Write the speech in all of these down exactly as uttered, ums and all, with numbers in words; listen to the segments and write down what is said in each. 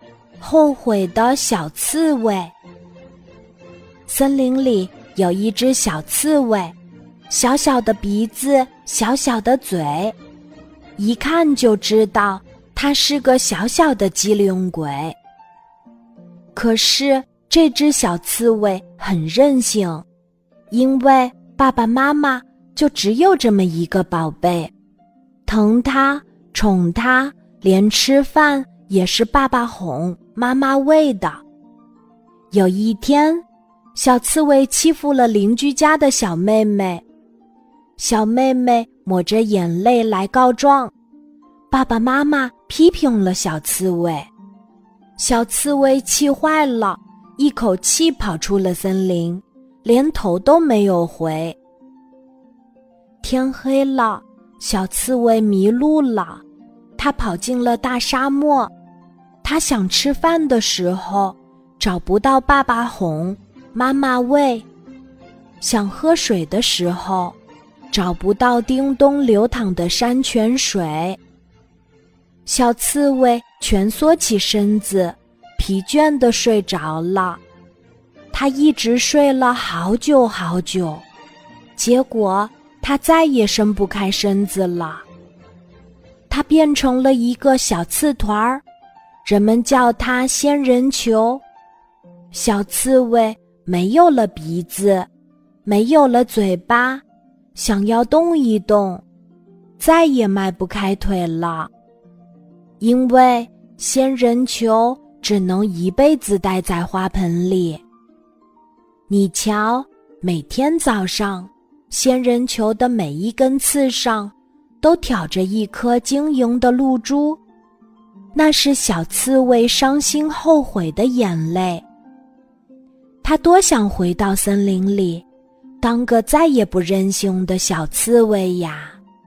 后悔的小刺猬。森林里有一只小刺猬，小小的鼻子，小小的嘴，一看就知道它是个小小的机灵鬼。可是这只小刺猬很任性，因为爸爸妈妈就只有这么一个宝贝，疼它，宠它，连吃饭也是爸爸哄，妈妈喂的。有一天，小刺猬欺负了邻居家的小妹妹，小妹妹抹着眼泪来告状，爸爸妈妈批评了小刺猬，小刺猬气坏了，一口气跑出了森林，连头都没有回。天黑了，小刺猬迷路了，它跑进了大沙漠。它想吃饭的时候，找不到爸爸哄，妈妈喂；想喝水的时候，找不到叮咚流淌的山泉水。小刺猬蜷缩起身子，疲倦地睡着了。它一直睡了好久好久，结果它再也伸不开身子了。它变成了一个小刺团儿，人们叫它仙人球。小刺猬没有了鼻子，没有了嘴巴，想要动一动，再也迈不开腿了。因为仙人球只能一辈子待在花盆里。你瞧，每天早上，仙人球的每一根刺上都挑着一颗晶莹的露珠，那是小刺猬伤心后悔的眼泪。它多想回到森林里，当个再也不任性的小刺猬呀！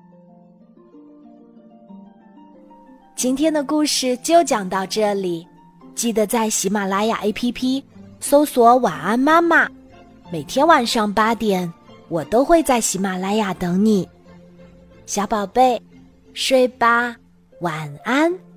今天的故事就讲到这里，记得在喜马拉雅 A P P 搜索晚安妈妈，每天晚上八点，我都会在喜马拉雅等你。小宝贝，睡吧，晚安。